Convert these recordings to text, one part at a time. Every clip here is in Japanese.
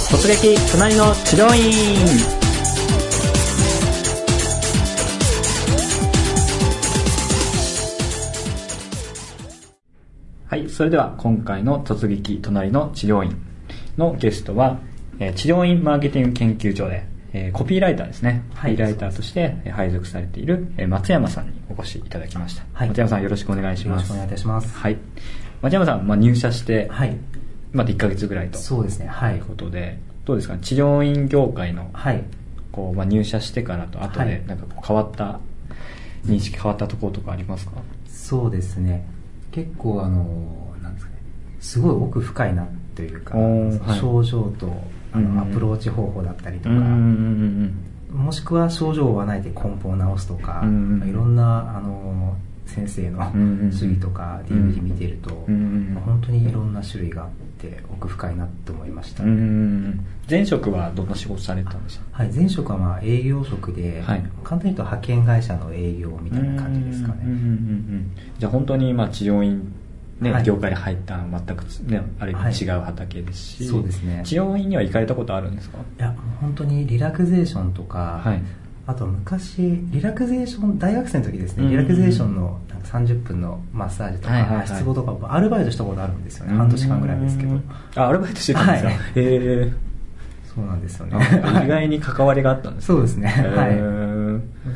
突撃隣の治療院。はい、それでは今回の突撃隣の治療院のゲストは、治療院マーケティング研究所で、コピーライターですね、コピーライターとして配属されている松山さんにお越しいただきました。はい、松山さんよろしくお願いします。 よろしくお願いいたします。 はい、松山さん、入社して、 はい、 まだ1ヶ月ぐらいとそうですね、はい、 いうことで、どうですか、治療院業界の、 はい、 こう入社してからと後でなんかこう変わった認識変わったところとかありますか？ そうですね、結構なんですかね、すごい奥深いなというか、症状とアプローチ方法だったりとか、もしくは症状をないで根本を治すとか、いろんな先生の主義とか DVD 見ていると、本当にいろんな種類があって奥深いなと思いました。 前職はどんな仕事されてたんですか？ はい、前職は営業職で、簡単に言うと派遣会社の営業みたいな感じですかね。 じゃあ本当に治療院業界に入った全く、ある意味違う畑ですし、 そうですね。 治療院には行かれたことあるんですか？ いや、本当にリラクゼーションとか、あと昔リラクゼーション、大学生の時ですね、リラクゼーションのなんか30分のマッサージとか足つぼとかアルバイトしたことあるんですよね。半年間ぐらいですけど。 アルバイトしてたんですか？ そうなんですよね。 意外に関わりがあったんですそうですね。はい。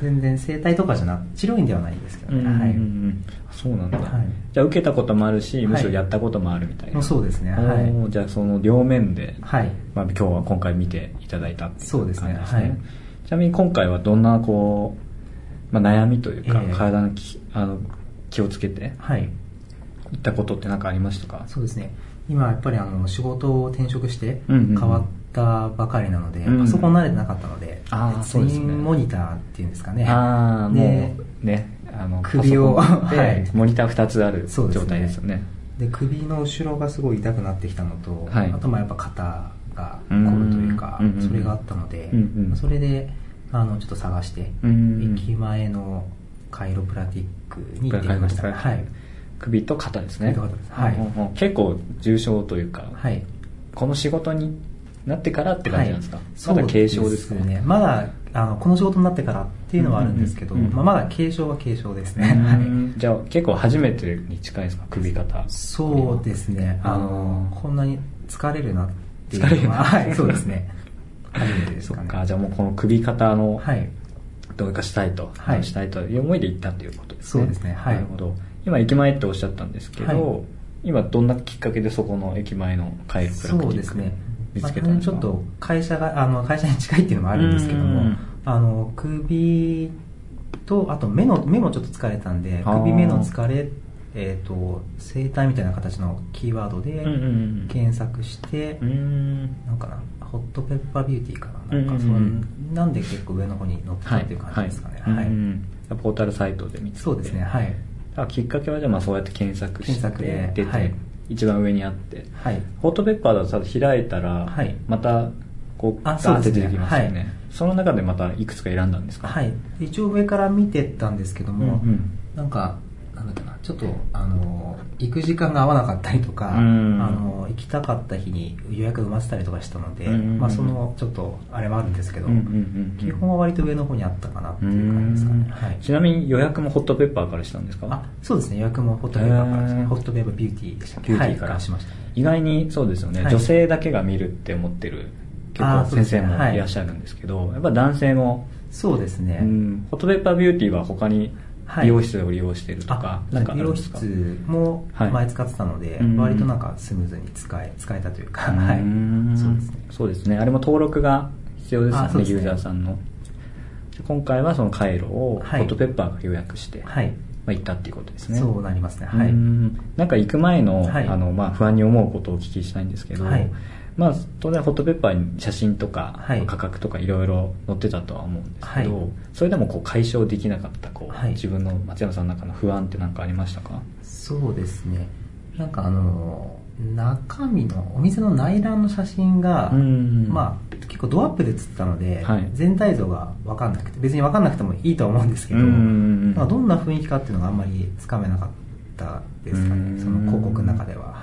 全然整体とかじゃなく、治療院ではないんですけどね。はい。 そうなんだ。じゃあ受けたこともあるし、むしろやったこともあるみたいな。 そうですね。はい。 じゃあその両面で、今回見ていただいたっていう感じですね。そうですね。はい。ちなみに今回はどんな悩みというか、体の気をつけていったことって何かありましたか？ そうですね。今やっぱり仕事を転職して変わったばかりなので、パソコン慣れてなかったので、ツインモニターっていうんですかね。 もうね、 首をモニター2つある状態ですよね。 で、首の後ろがすごい痛くなってきたのと、あとやっぱ肩が凝るというか、それがあったので、それでちょっと探して駅前のカイロプラティックに行ってきました。はい。 首と肩ですね。 はい。 結構重症というか、この仕事になってからって感じなんですか？まだ軽症ですかね。 まだこの仕事になってからっていうのはあるんですけど、まだ軽症は軽症ですね。 じゃあ結構初めてに近いですか？首肩。 そうですね。こんなに疲れるなっていうのは、はい、そうですね。初めてですかね。 そっか、じゃあもうこの首肩のどうかしたいという思いで行ったということですね。 そうですね。 なるほど。今駅前っておっしゃったんですけど、今どんなきっかけでそこの駅前のカイロプラクティック見つけたんですか？ ちょっと会社に近いっていうのもあるんですけども、首とあと目もちょっと疲れたんで、首目の疲れ、整体みたいな形のキーワードで検索して、なんかな、ホットペッパービューティーかな、なんで結構上の方に載ってたっていう感じですかね。はい。 ポータルサイトで見つけて。 そうですね。はい。 きっかけはじゃあそうやって検索して出て、一番上にあって、ホットペッパーだと開いたらまたガーって出てきますよね。その中でまたいくつか選んだんですか？ はい。一応上から見てったんですけども、なんだっけな、ちょっと行く時間が合わなかったりとか、行きたかった日に予約埋まってたりとかしたので、そのちょっとあれもあるんですけど、基本は割と上の方にあったかなっていう感じですかね。 ちなみに予約もホットペッパーからしたんですか？ そうですね、予約もホットペッパーからですね。ホットペッパービューティーでしたっけ？ビューティーからしました。 意外にそうですよね、女性だけが見るって思ってる結構先生もいらっしゃるんですけど、やっぱ男性もそうですね。 ホットペッパービューティーは他に美容室を利用してるとか、 美容室も前使ってたので、割となんかスムーズに使えたというか、 そうですね。あれも登録が必要ですよね、ユーザーさんの。今回はその回路をホットペッパーが予約して行ったっていうことですね。 そうなりますね。はい。 なんか行く前の不安に思うことをお聞きしたいんですけど、当然ホットペッパーに写真とか価格とかいろいろ載ってたとは思うんですけど、それでも解消できなかった自分の松山さんの中の不安って何かありましたか？ そうですね、なんか中身のお店の内覧の写真が、結構ドアップで写ったので、全体像が分かんなくて、別に分かんなくてもいいとは思うんですけど、どんな雰囲気かっていうのがあんまりつかめなかったですかね、その広告の中では。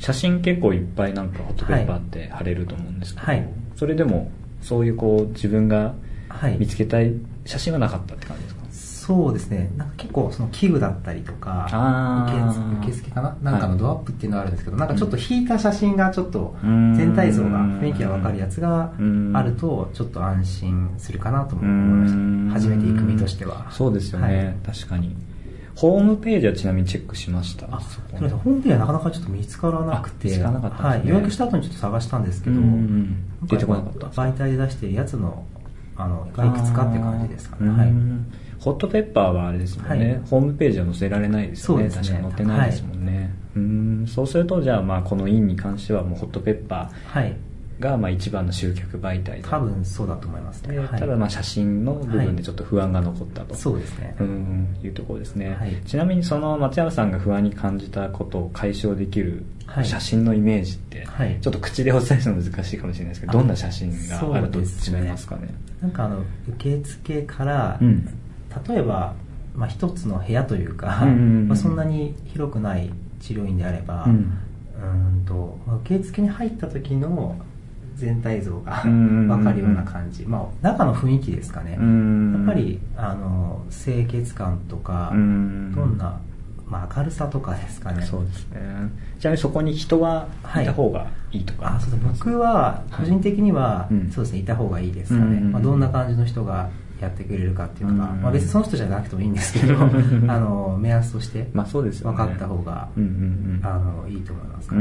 写真結構いっぱいなんかホットペッパーって貼れると思うんですけど、 はい、 それでもそういうこう自分が見つけたい写真はなかったって感じですか？ そうですね、なんか結構その器具だったりとか受付かな、なんかのドアップっていうのがあるんですけど、なんかちょっと引いた写真がちょっと全体像が雰囲気が分かるやつがあるとちょっと安心するかなと思いました。初めて行く身としては。 そうですよね、確かに。ホームページはちなみにチェックしました？ ホームページはなかなかちょっと見つからなくて、 見つからなかったんですね。 予約した後にちょっと探したんですけど、 出てこなかった。 媒体で出してるやつのがいくつかって感じですかね。 ホットペッパーはあれですもんね、ホームページは載せられないですよね。確かに載ってないですもんね。そうするとじゃあまあこの印に関してはもうホットペッパーがまあ一番の集客媒体で、 多分そうだと思いますね。 ただまあ写真の部分でちょっと不安が残ったと、 そうですね、 いうところですね。ちなみにその松山さんが不安に感じたことを解消できる写真のイメージって、ちょっと口でお伝えするの難しいかもしれないですけど、どんな写真があると違いますかね？ なんか受付から、例えば、一つの部屋というか、そんなに広くない治療院であれば、受付に入った時の全体像が分かるような感じ、中の雰囲気ですかね。やっぱり清潔感とか、どんな、明るさとかですかね。 そうですね。ちなみにそこに人はいた方がいいとか、 そうです。僕は個人的には、そうですね、いた方がいいですかね。どんな感じの人がやってくれるかっていうのが、別にその人じゃなくてもいいんですけど目安として分かった方がいいと思います。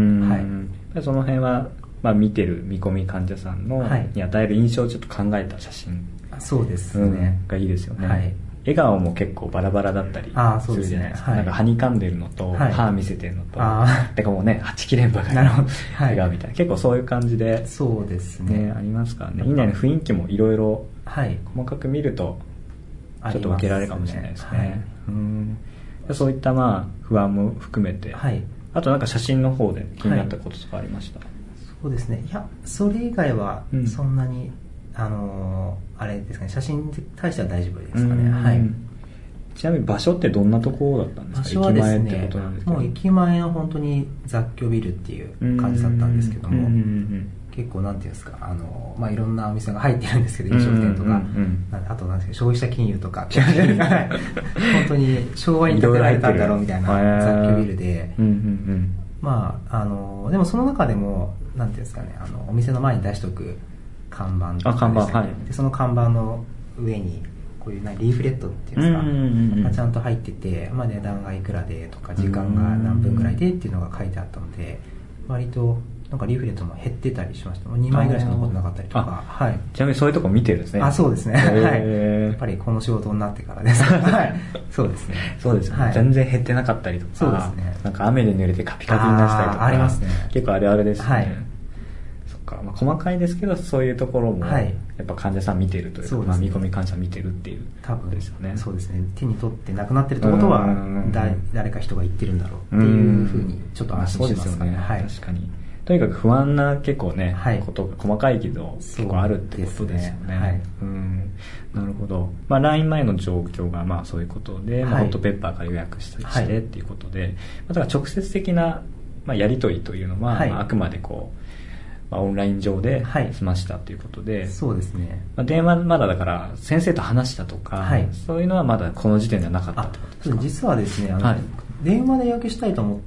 その辺は、見てる見込み患者さんのに与える印象をちょっと考えた写真、 そうですね、 がいいですよね。笑顔も結構バラバラだったりするじゃないですか。なんかはにかんでるのと、歯見せてるのと、てかもうね、はちきれんばかりの笑顔みたいな、結構そういう感じで、 そうですね、 ありますからね。院内の雰囲気もいろいろ細かく見るとちょっと分けられるかもしれないですね。そういった不安も含めて、あとなんか写真の方で気になったこととかありました？ そうですね、いやそれ以外はそんなに、あれですかね、写真に対しては大丈夫ですかね。 ちなみに場所ってどんなところだったんですか？ 場所はですね、もう駅前の本当に雑居ビルっていう感じだったんですけども、結構なんていうんですか、いろんなお店が入ってるんですけど、飲食店とか、あとなんですけど消費者金融とかって本当に昭和に建てられたんだろうみたいな雑居ビルで、でもその中でもなんていうんですかね、お店の前に出しとく看板とかですね、でその看板の上にこういうリーフレットっていうんですか、ちゃんと入ってて、値段がいくらでとか時間が何分ぐらいでっていうのが書いてあったので、割となんかリーフレットも減ってたりしました。2枚ぐらいしか残ってなかったりとか。 ちなみにそういうとこ見てるんですね。 そうですね。やっぱりこの仕事になってからです。そうですね。 そうですね。全然減ってなかったりとか、そうですね。なんか雨で濡れてカピカピになったりとか、 ありますね。 結構あるあるですね。そっか、細かいですけどそういうところもやっぱ患者さん見てるというか、見込み患者見てるっていうことですよね。 そうですね。手に取ってなくなってるってことは誰か人が言ってるんだろうっていうふうにちょっと安心しますね。 確かに。とにかく不安な結構ね、ことが細かいけど結構あるってことですよね。なるほど。LINE 前の状況がそういうことで、ホットペッパーから予約してっていうことで、だから直接的なやり取りというのはあくまでこうオンライン上で済ましたということで、 そうですね。 電話まだだから先生と話したとか、そういうのはまだこの時点ではなかったってことですか？ 実はですね、電話で予約したいと思って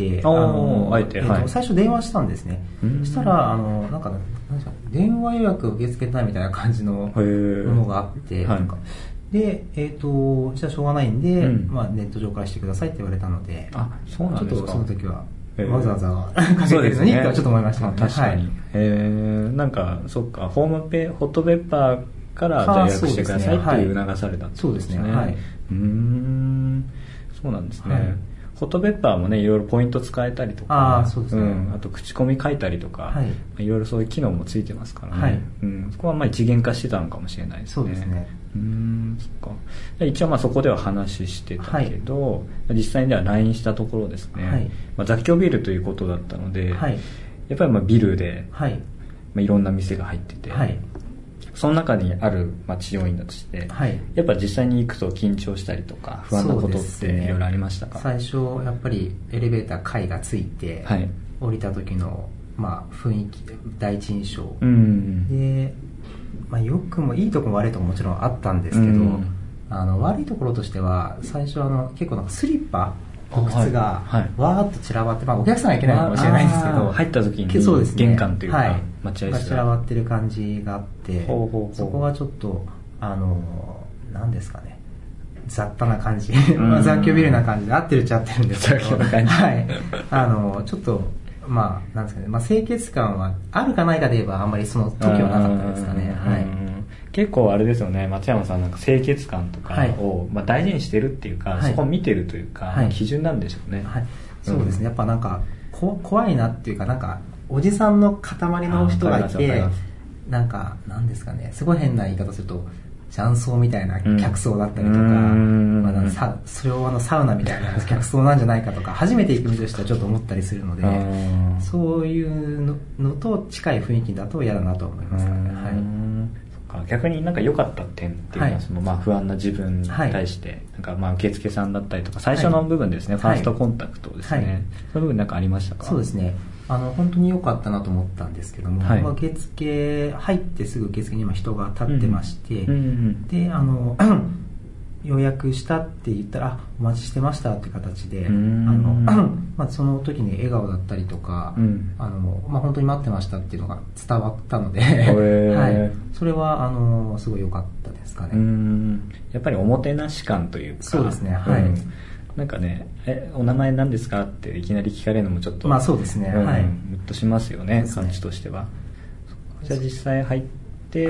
最初電話したんですね。そしたら電話予約受け付けたいみたいな感じのものがあって、でじゃあしょうがないんで、ネット上からしてくださいって言われたので、 そうなんですか。 ちょっとその時はわざわざかけてるのにとはちょっと思いましたね。 確かに。なんかそっか、ホットペッパーからじゃあ予約してくださいっていう促されたんですね。 そうですね。 そうなんですね。ホットペッパーもね、いろいろポイント使えたりとか、あと口コミ書いたりとか、いろいろそういう機能もついてますからね。そこは一元化してたのかもしれないですね。 そうですね。 そっか。一応そこでは話してたけど、実際にでは LINE したところですね、雑居ビルということだったので、やっぱりビルで、いろんな店が入ってて、その中にある治療院だとして、やっぱ実際に行くと緊張したりとか不安なことっていろいろありましたか？ 最初やっぱりエレベーター階がついて、 降りた時の、まあ、雰囲気第一印象、で、まあ、良くもいいところも悪いところももちろんあったんですけど、悪いところとしては最初結構なんかスリッパ靴がわーっと散らばって、まあ、お客さんはいけないかもしれないんですけど、 入った時にそうですね、 玄関というか待合室が散らばってる感じがあって、そこがちょっと何ですかね、雑多な感じ、雑居ビルな感じで合ってるっちゃ合ってるんですけど、はい、ちょっとまあなんですかね、まあ、清潔感はあるかないかで言えばあんまりその時はなかったですかね。はい、 結構あれですよね、松山さんなんか清潔感とかを、まあ、大事にしてるっていうか、そこを見てるというか、基準なんでしょうね。 そうですね、やっぱなんか怖いなっていうか、なんかおじさんの塊の人がいて、なんかなんですかね、すごい変な言い方すると雀荘みたいな客層だったりとか、まあ、それをサウナみたいな客層なんじゃないかとか初めて行く身としてはちょっと思ったりするので、そういうのと近い雰囲気だと嫌だなと思いますかね。 逆になんか良かった点っていうのは、そのまあ不安な自分に対して、なんかまあ受付さんだったりとか最初の部分ですね、ファーストコンタクトですね、その部分なんかありましたか？ そうですね、本当に良かったなと思ったんですけども、まあ、受付入ってすぐ受付に今人が立ってまして、で予約したって言ったらお待ちしてましたって形で、まあ、その時に笑顔だったりとか、まあ、本当に待ってましたっていうのが伝わったので、それはすごい良かったですかね。 やっぱりおもてなし感というか、 そうですね、 なんかね、お名前何ですかっていきなり聞かれるのもちょっと、 まあそうですね、 ムッとしますよね、感じとしては。じゃあ実際入って、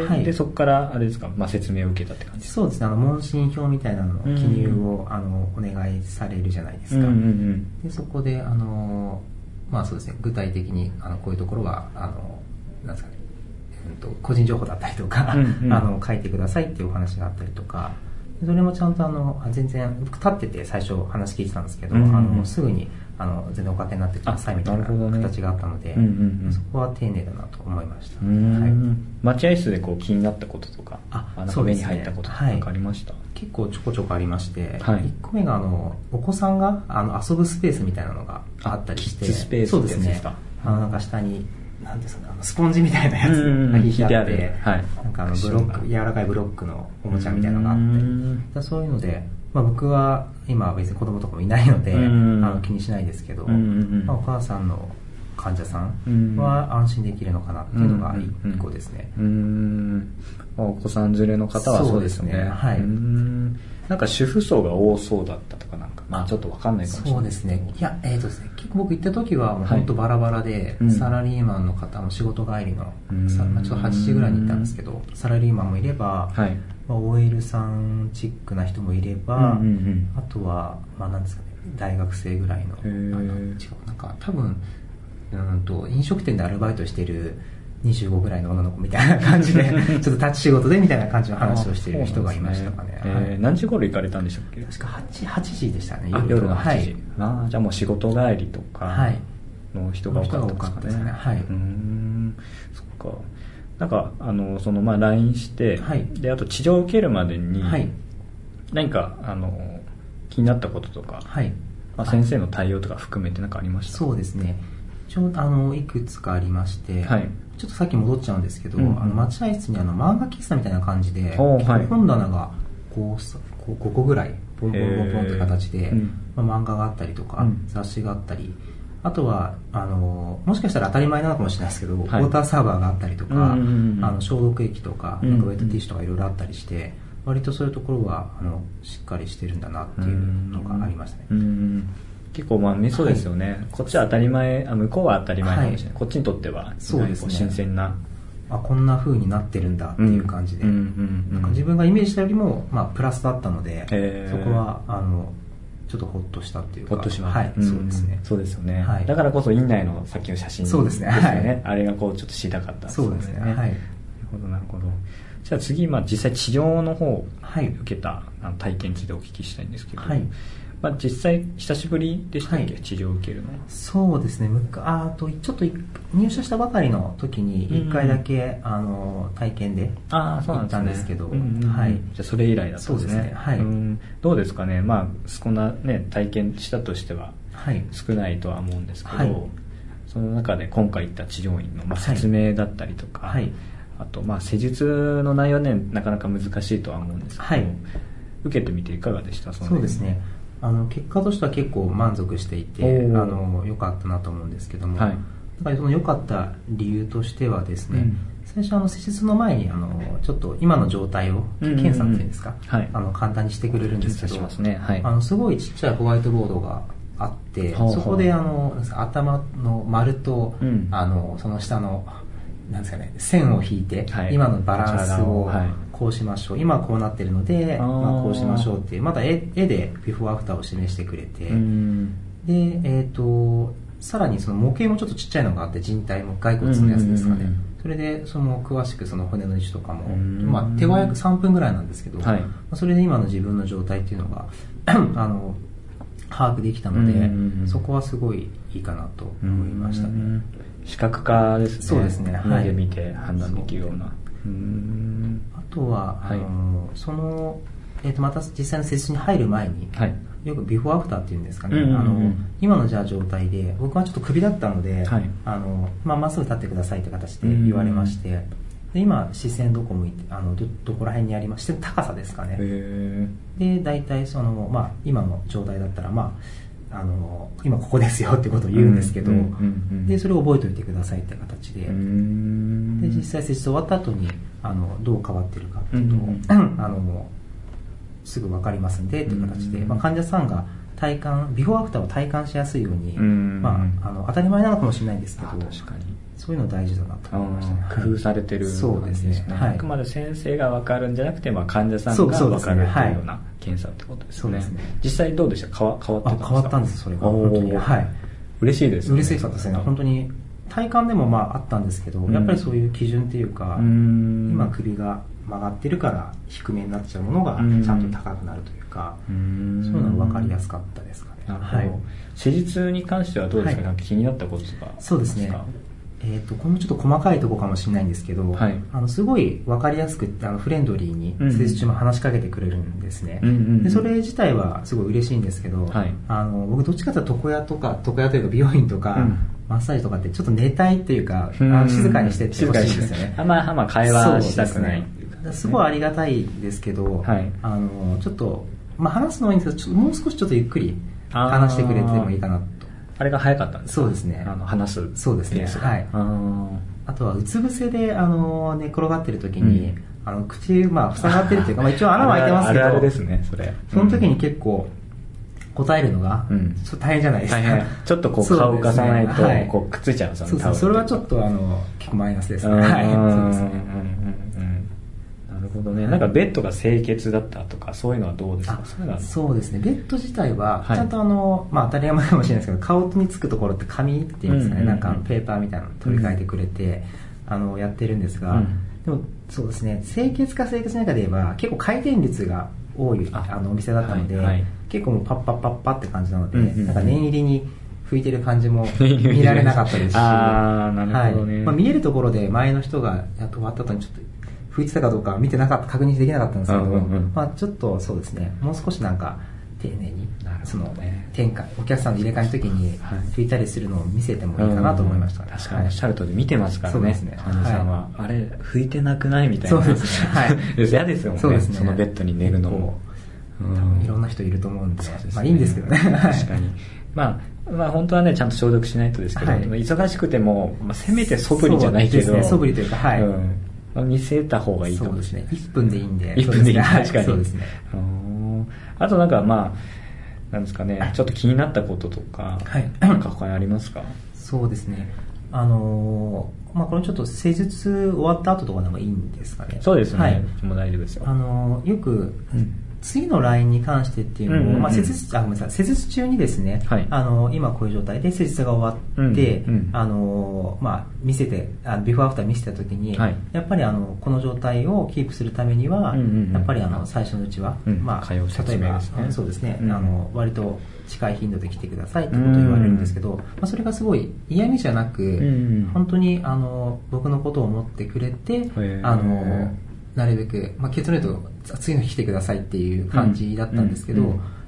でそこからあれですか、まあ、説明を受けたって感じですか？ そうですね、問診票みたいなのの記入を、お願いされるじゃないですか。でそこでまあそうですね、具体的にこういうところはなんですかね、個人情報だったりとか書いてくださいっていうお話があったりとか、それもちゃんと全然僕立ってて最初話聞いてたんですけど、すぐに全然おかけになってくださいみたいな形があったので、そこは丁寧だなと思いました。 待合室でこう気になったこととか、なんか目に入ったこととかありました？ 結構ちょこちょこありまして、1個目がお子さんが遊ぶスペースみたいなのがあったりして、 キッズスペースってやつですか？ なんか下になんですかね、スポンジみたいなやつが引いてあって、なんかブロック、柔らかいブロックのおもちゃみたいなのがあって、そういうので、まあ、僕は今別に子供とかもいないので気にしないですけど、まあ、お母さんの患者さんは安心できるのかなっていうのが1個ですね。 お子さん連れの方はそうですね。なんか主婦層が多そうだったとか、なんかまあちょっと分かんないかもしれない。 そうですね。いや、ですね、結構僕行った時はもう本当バラバラで、サラリーマンの方も仕事帰りの、まあ、ちょっと8時ぐらいに行ったんですけど、サラリーマンもいれば、まあ、OL さんチックな人もいれば、あとはまあなんですかね、大学生ぐらいの、なんか多分飲食店でアルバイトしてる25ぐらいの女の子みたいな感じでちょっと立ち仕事でみたいな感じの話をしている人がいましたかね。 何時頃行かれたんでしたっけ？ 確か 8時でしたね、 夜の8時。じゃあもう仕事帰りとかの人が多かったですかね。そっか。なんかそのまあ LINE して、であと治療を受けるまでに何か気になったこととか、まあ、先生の対応とか含めて何かありました？ そうですね、いくつかありまして、ちょっとさっき戻っちゃうんですけど、待合室に漫画喫茶みたいな感じで、本棚が5個ぐらいボンボンボンボンという形で、漫画があったりとか、雑誌があったり、あとはもしかしたら当たり前なのかもしれないですけど、ウォーターサーバーがあったりとか、消毒液とか、なんかウェットティッシュとかいろいろあったりして、割とそういうところはしっかりしてるんだなっていうのがありましたね。 結構まあそうですよね、こっちは当たり前、向こうは当たり前かもしれない、こっちにとってはそうですね、 新鮮な、 こんな風になってるんだっていう感じで、なんか自分がイメージしたよりも、まあ、プラスだったので、そこはちょっとホッとしたっていうか、 ホッとします。 そうですね。 そうですよね。だからこそ院内のさっきの写真ですよね。 あれがこうちょっと知りたかったんですよね。 そうですね。なるほどなるほど。じゃあ次、まあ実際治療の方受けた体験についてお聞きしたいんですけど、まあ、実際久しぶりでしたっけ、治療を受けるの？そうですね、 ちょっと入社したばかりの時に1回だけ、体験で行ったんですけど、 じゃあそれ以来だったんですね。 そうですね。 どうですかね、まあそんなね体験したとしては少ないとは思うんですけど、 その中で今回言った治療院の説明だったりとか、あと施術の内容はねなかなか難しいとは思うんですけど、受けてみていかがでした？ そうですね、結果としては結構満足していて良かったなと思うんですけども、だからその良かった理由としてはですね、最初施術の前にちょっと今の状態を検査っていうんですか、簡単にしてくれるんですけど、すごいちっちゃいホワイトボードがあって、そこで頭の丸と、その下のなんですかね、線を引いて、今のバランスをこうしましょう、今はこうなってるので、こうしましょうっていうまた絵でビフォーアフターを示してくれて、でさらにその模型もちょっとちっちゃいのがあって、人体も骸骨のやつですかね、それでその詳しくその骨の位置とかも、手早く3分ぐらいなんですけど、それで今の自分の状態っていうのが把握できたので、そこはすごいいいかなと思いましたね。 視覚化ですね。 そうですね、 目で見て判断できるような。 あとはそのまた実際の施術に入る前に、よくビフォーアフターっていうんですかね、今のじゃあ状態で僕はちょっと首だったので、まっすぐ立ってくださいって形で言われまして、で今視線どこ向いてどこら辺にありまして、高さですかね。で大体その、今の状態だったら今ここですよってことを言うんですけど、でそれを覚えておいてくださいって形で、で実際施術終わった後にどう変わってるかっていうと、すぐ分かりますんでっていう形で、患者さんが体感ビフォーアフターを体感しやすいように、当たり前なのかもしれないんですけど、確かにそういうの大事だなと思いましたね。 工夫されてる感じですね。あくまで先生が分かるんじゃなくて、患者さんが分かるというような検査ってことですね。実際どうでした？変わってたんですか？変わったんです、それが本当に。 嬉しいですね。 嬉しかったですね。本当に体感でもあったんですけど、やっぱりそういう基準っていうか、今首が曲がってるから低めになっちゃうものがちゃんと高くなるというか、そういうのが分かりやすかったですかね。 施術に関してはどうですか？なんか気になったこととか。 そうですね。このちょっと細かいところかもしれないんですけど、すごい分かりやすくフレンドリーに施術中も話しかけてくれるんですね。でそれ自体はすごい嬉しいんですけど、僕どっちかというと床屋というか美容院とか、マッサージとかってちょっと寝たいっていうか、静かにしてってほしいんですよね。 あんま会話したくない。 すごいありがたいですけど、ちょっと、話すのはいいんですけど、もう少しちょっとゆっくり話してくれてもいいかなと。 あれが早かったんですか？ そうですね。 話す。 そうですね。あとはうつ伏せで寝転がってる時に、口塞がってるっていうか、一応穴は開いてますけど、 あるですね、それ。 その時に結構答えるのがちょっと大変じゃないですか。 ちょっと顔を浮かさないとくっついちゃうんですよね。 それはちょっと結構マイナスですね。そうですね。 なるほどね。なんかベッドが清潔だったとかそういうのはどうですか？ そうですね。ベッド自体はちゃんと当たり前かもしれないですけど、顔につくところって紙っていうんですかね、なんかペーパーみたいなの取り替えてくれてやってるんですが、でもそうですね、清潔か清潔の中で言えば結構回転率が多いお店だったので、結構もうパッパッパッパって感じなので、なんか念入りに拭いてる感じも見られなかったですし、 なるほどね。 見えるところで前の人が終わった後にちょっと拭いてたかどうか見てなかった、確認できなかったんですけど、ちょっとそうですね、もう少しなんか丁寧にそのお客さんの入れ替えの時に拭いたりするのを見せてもいいかなと思いました。 確かにおっしゃる通り見てますからね、患者さんは。あれ拭いてなくないみたいな。 そうですね。 嫌ですよね、そのベッドに寝るのも。 いろんな人いると思うんで、いいんですけどね。 確かに。本当はねちゃんと消毒しないとですけど、忙しくてもせめて素振りじゃないけど、 素振りというか、 見せた方がいいと思うんですね。1分でいいんで。 1分でいい、確かに。 そうですね。 あとなんかなんですかね、ちょっと気になったこととか、なんか他にありますか？ そうですね。これちょっと施術終わった後とかでもいいんですかね。 そうですね。もう大丈夫ですよ。 よく、次のラインに関してっていうのを、施術中にですね、今こういう状態で施術が終わって、見せて、ビフォーアフター見せた時に、やっぱりこの状態をキープするためには、やっぱり最初のうちは、例えば、そうですね、割と近い頻度で来てくださいってことを言われるんですけど、それがすごい嫌味じゃなく、本当に僕のことを思ってくれて、なるべく、結論言うと次の日来てくださいっていう感じだったんですけど、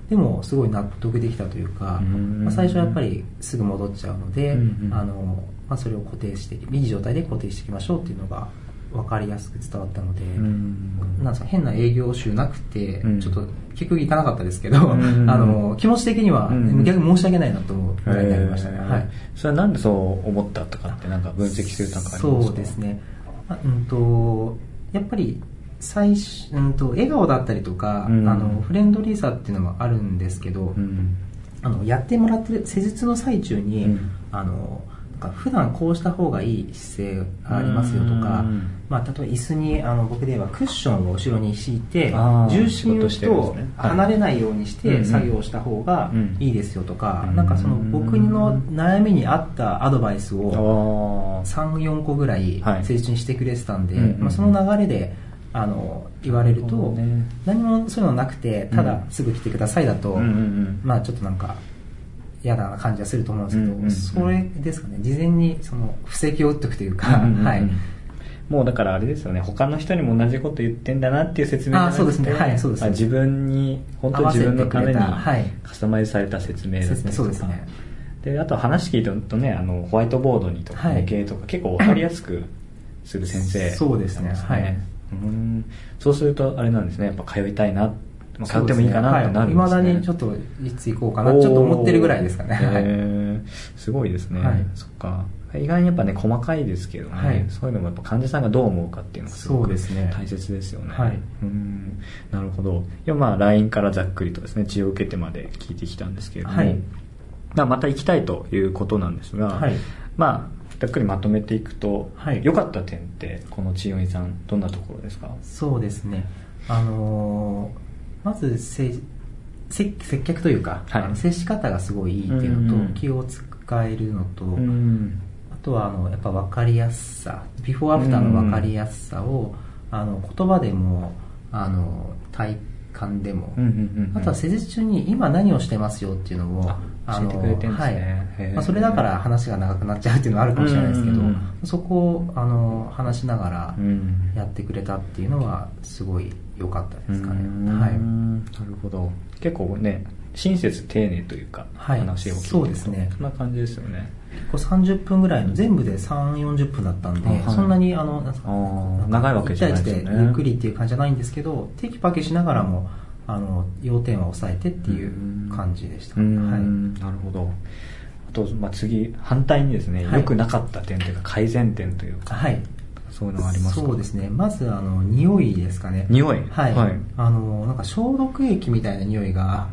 でもすごい納得できたというか、最初はやっぱりすぐ戻っちゃうので、それを固定していい状態で固定していきましょうっていうのが分かりやすく伝わったので、なんですか、変な営業集なくて、ちょっと結局行かなかったですけど、気持ち的には逆に申し訳ないなと思うぐらいになりましたね。はい。 それはなんでそう思ったとかってなんか分析するとかありますか？ そうですね。やっぱり笑顔だったりとか、フレンドリーさっていうのもあるんですけど、やってもらってる施術の最中に、普段こうした方がいい姿勢がありますよとか、例えば椅子に僕で言えばクッションを後ろに敷いて重心と離れないようにして作業した方がいいですよとか、なんかその僕の悩みに合ったアドバイスを 3,4 個ぐらい施術にしてくれてたんで、その流れで言われると、何もそういうのなくてただすぐ来てくださいだと、ちょっとなんか嫌な感じはすると思うんですけど、それですかね、事前にその布石を打っておくというか、はい。 もうだからあれですよね、他の人にも同じこと言ってんだなっていう説明じゃなくて、そうですね、はい、そうですね、自分に本当に自分のためにカスタマイズされた説明だったりとか、そうですね。で、あと話聞いてるとね、ホワイトボードにとか模型とか結構わかりやすくする先生、 そうですね、はい。 そうするとあれなんですね、やっぱ通いたいな、通ってもいいかなってなるんですね。 未だにちょっといつ行こうかなちょっと思ってるぐらいですかね。 すごいですね。そっか。意外にやっぱね細かいですけどね、そういうのもやっぱ患者さんがどう思うかっていうのがすごく大切ですよね。なるほど。LINE からざっくりとですね、治療を受けてまで聞いてきたんですけれども、また行きたいということなんですが、ざっくりまとめていくと、良かった点ってこの治療院さんどんなところですか？ そうですね。まず接客というか、接し方がすごいいいっていうのと、気を使えるのと、あとはやっぱ分かりやすさ、ビフォーアフターの分かりやすさを言葉でも体感でも、あとは施術中に今何をしてますよっていうのを教えてくれてるんですね。 それだから話が長くなっちゃうっていうのはあるかもしれないですけど、そこを話しながらやってくれたっていうのはすごい良かったですかね。なるほど。結構ね、親切丁寧というか、話を聞いてると、 そうですね、 そんな感じですよね。 結構30分ぐらいの全部で 3,40 分だったんで、そんなに長いわけじゃないですよね。 1対1でゆっくりっていう感じじゃないんですけど、テキパキしながらも要点は抑えてっていう感じでした。なるほど。あと、次反対にですね、良くなかった点というか改善点というか、そういうのはありますか？ そうですね。まず匂いですかね。 匂い。 なんか消毒液みたいな匂いが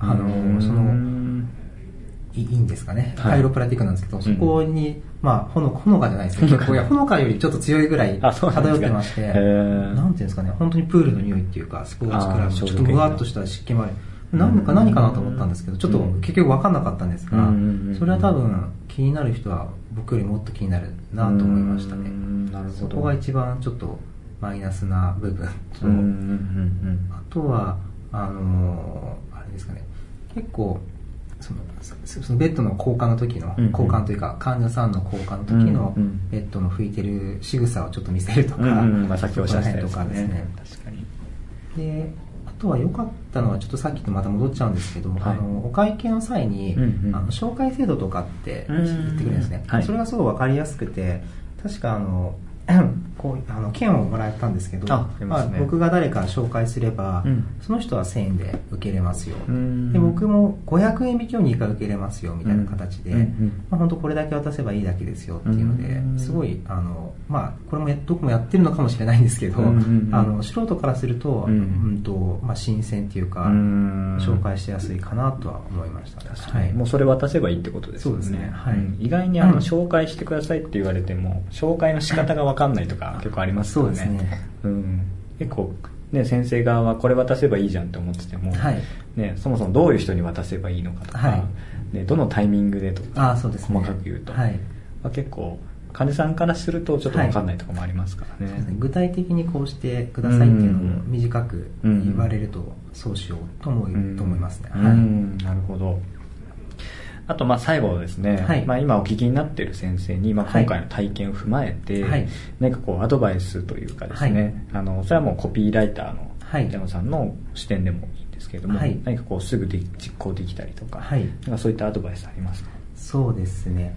いいんですかね。カイロプラティックなんですけど、そこにほのかじゃないですけど、ほのかよりちょっと強いぐらい漂ってまして、なんていうんですかね、本当にプールの匂いっていうか、スポーツクラブのちょっとムワっとした湿気まで。何かなと思ったんですけど、ちょっと結局分かんなかったんですが、それは多分気になる人は僕よりもっと気になるなと思いましたね。そこが一番ちょっとマイナスな部分と、あとはあれですかね、結構そのベッドの交換の時の交換というか、患者さんの交換の時のベッドの拭いてる仕草をちょっと見せるとか、 さっきおっしゃったやつとかですね。 確かに。 で、あとは良かったのはちょっとさっきとまた戻っちゃうんですけど、お会計の際に紹介制度とかって言ってくれるんですね。それがすごい分かりやすくて、確か券をもらったんですけど、僕が誰か紹介すれば、その人は1000円で受けれますよ、で僕も500円引きを2回受けれますよみたいな形で、本当これだけ渡せばいいだけですよっていうので、すごいこれもどこもやってるのかもしれないんですけど、素人からすると、新鮮っていうか、紹介しやすいかなとは思いました。 もうそれ渡せばいいってことですよね。そうですね。意外に紹介してくださいって言われても、紹介の仕方が分かんないとか結構ありますよね。そうですね。結構ね、先生側はこれ渡せばいいじゃんって思ってても、ね、そもそもどういう人に渡せばいいのかとか、どのタイミングでとか、細かく言うと、結構患者さんからするとちょっと分かんないところもありますからね。 具体的にこうしてくださいっていうのを短く言われるとそうしようと思いますね。 なるほど。あと最後ですね、今お聞きになっている先生に、今回の体験を踏まえて、何かアドバイスというかですね、それはもうコピーライターの山野さんの視点でもいいんでですけれども、何かこうすぐ実行できたりとか、なんかそういったアドバイスありますか？ そうですね、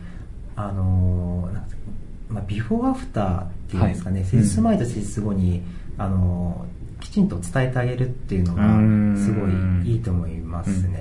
ビフォーアフターっていうんですかね、施術前と施術後にきちんと伝えてあげるっていうのがすごいいいと思いますね。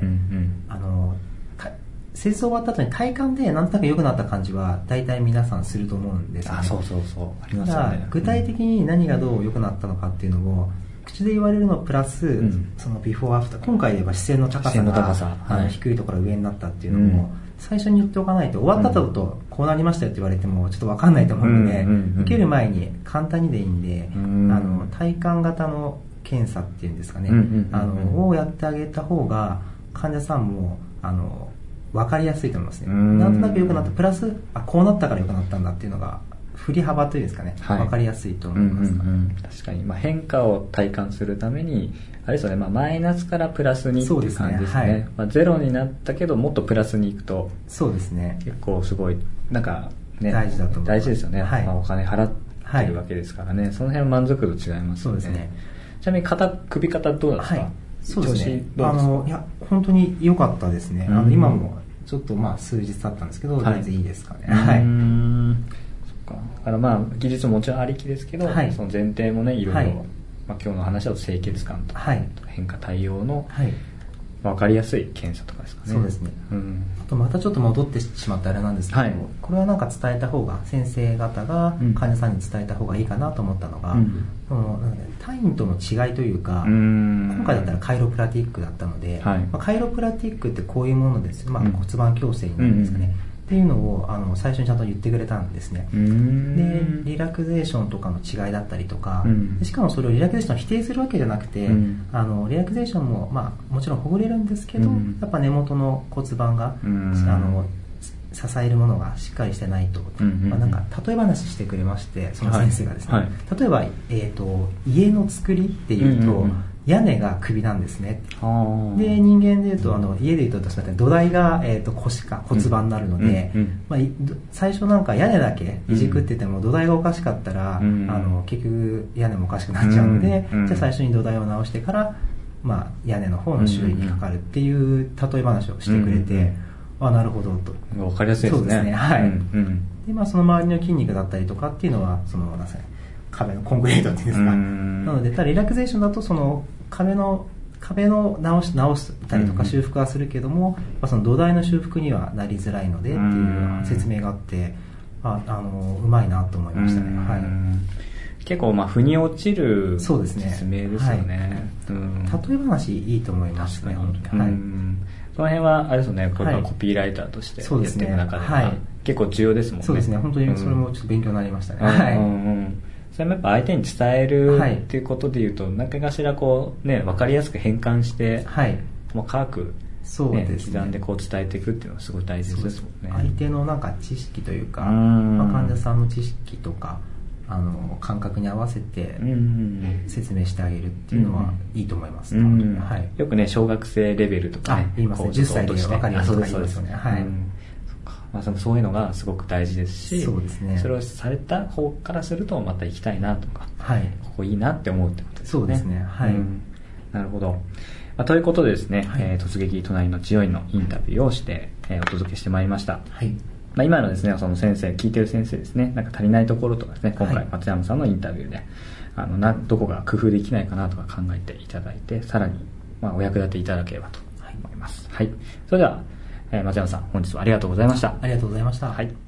施術終わった後に体感でなんとなく良くなった感じは大体皆さんすると思うんですね。 そうありますよね。 具体的に何がどう良くなったのかっていうのを口で言われるのプラス、そのビフォーアフター、今回で言えば姿勢の高さが低いところが上になったっていうのも最初に言っておかないと、終わった後とこうなりましたよって言われてもちょっと分かんないと思うので、受ける前に簡単にでいいんで、体感型の検査っていうんですかね、をやってあげた方が患者さんも分かりやすいと思いますね。なんとなく良くなったプラスこうなったから良くなったんだっていうのが振り幅というんですかね、分かりやすいと思います。 確かに、変化を体感するためにあれですよね、マイナスからプラスにっていう感じですね。ゼロになったけどもっとプラスにいくと、 そうですね、 結構すごいなんかね、 大事だと思います。 大事ですよね。お金払ってるわけですからね、その辺は満足度違いますよね。 そうですね。 ちなみに首肩どうですか？ そうですね、いや本当に良かったですね。今もちょっと数日経ったんですけど、全然いいですかね。 そっか。だから技術ももちろんありきですけど、その前提もね、いろいろ、今日の話だと清潔感とか、変化対応の分かりやすい検査とかですかね。 そうですね。あとまたちょっと戻ってしまってあれなんですけど、これはなんか伝えた方が、先生方が患者さんに伝えた方がいいかなと思ったのが、単位との違いというか、今回だったらカイロプラティックだったので、カイロプラティックってこういうものですよ、骨盤矯正になるんですかね、っていうのを最初にちゃんと言ってくれたんですね。でリラクゼーションとかの違いだったりとか、しかもそれをリラクゼーションを否定するわけじゃなくて、リラクゼーションも、もちろんほぐれるんですけど、やっぱ根元の骨盤が支えるものがしっかりしてないと、なんか例え話してくれまして、その先生がですね、例えば、家の作りっていうと、屋根が首なんですね。で人間でいうと家でいうと土台が、腰か骨盤になるので、最初なんか屋根だけいじくってても土台がおかしかったら、結局屋根もおかしくなっちゃうので、じゃあ最初に土台を直してから、屋根の方の修理にかかるっていう例え話をしてくれて、なるほどと。 分かりやすいですね。 そうですね。でその周りの筋肉だったりとかっていうのは壁のコンクリートっていうんですか。なのでリラクゼーションだとその壁の直したりとか修復はするけども、その土台の修復にはなりづらいのでっていう説明があって、うまいなと思いましたね。 結構腑に落ちる説明ですよね。 例え話いいと思いますね。本当に。 その辺はあれですよね、これはコピーライターとしてやっていく中では結構重要ですもんね。 そうですね、本当にそれもちょっと勉強になりましたね。 それもやっぱ相手に伝えるっていうことでいうと、何かしら分かりやすく変換して、深く、刻んでこう伝えていくっていうのはすごい大切ですもんね。 相手のなんか知識というか、患者さんの知識とか感覚に合わせて説明してあげるっていうのはいいと思います。 よくね、小学生レベルとかね、 言いますね。10歳で分かるようにとか言いますよね。 そういうのがすごく大事ですし、 そうですね、 それをされた方からするとまた行きたいなとか、ここいいなって思うってことですね。 そうですね。 なるほど。ということでですね、突撃隣の強いのインタビューをして、お届けしてまいりました。今のですね、その先生、聞いてる先生ですね、なんか足りないところとかですね、今回松山さんのインタビューでどこが工夫できないかなとか考えていただいて、さらにお役立ていただければと思います。それでは松山さん、本日はありがとうございました。 ありがとうございました。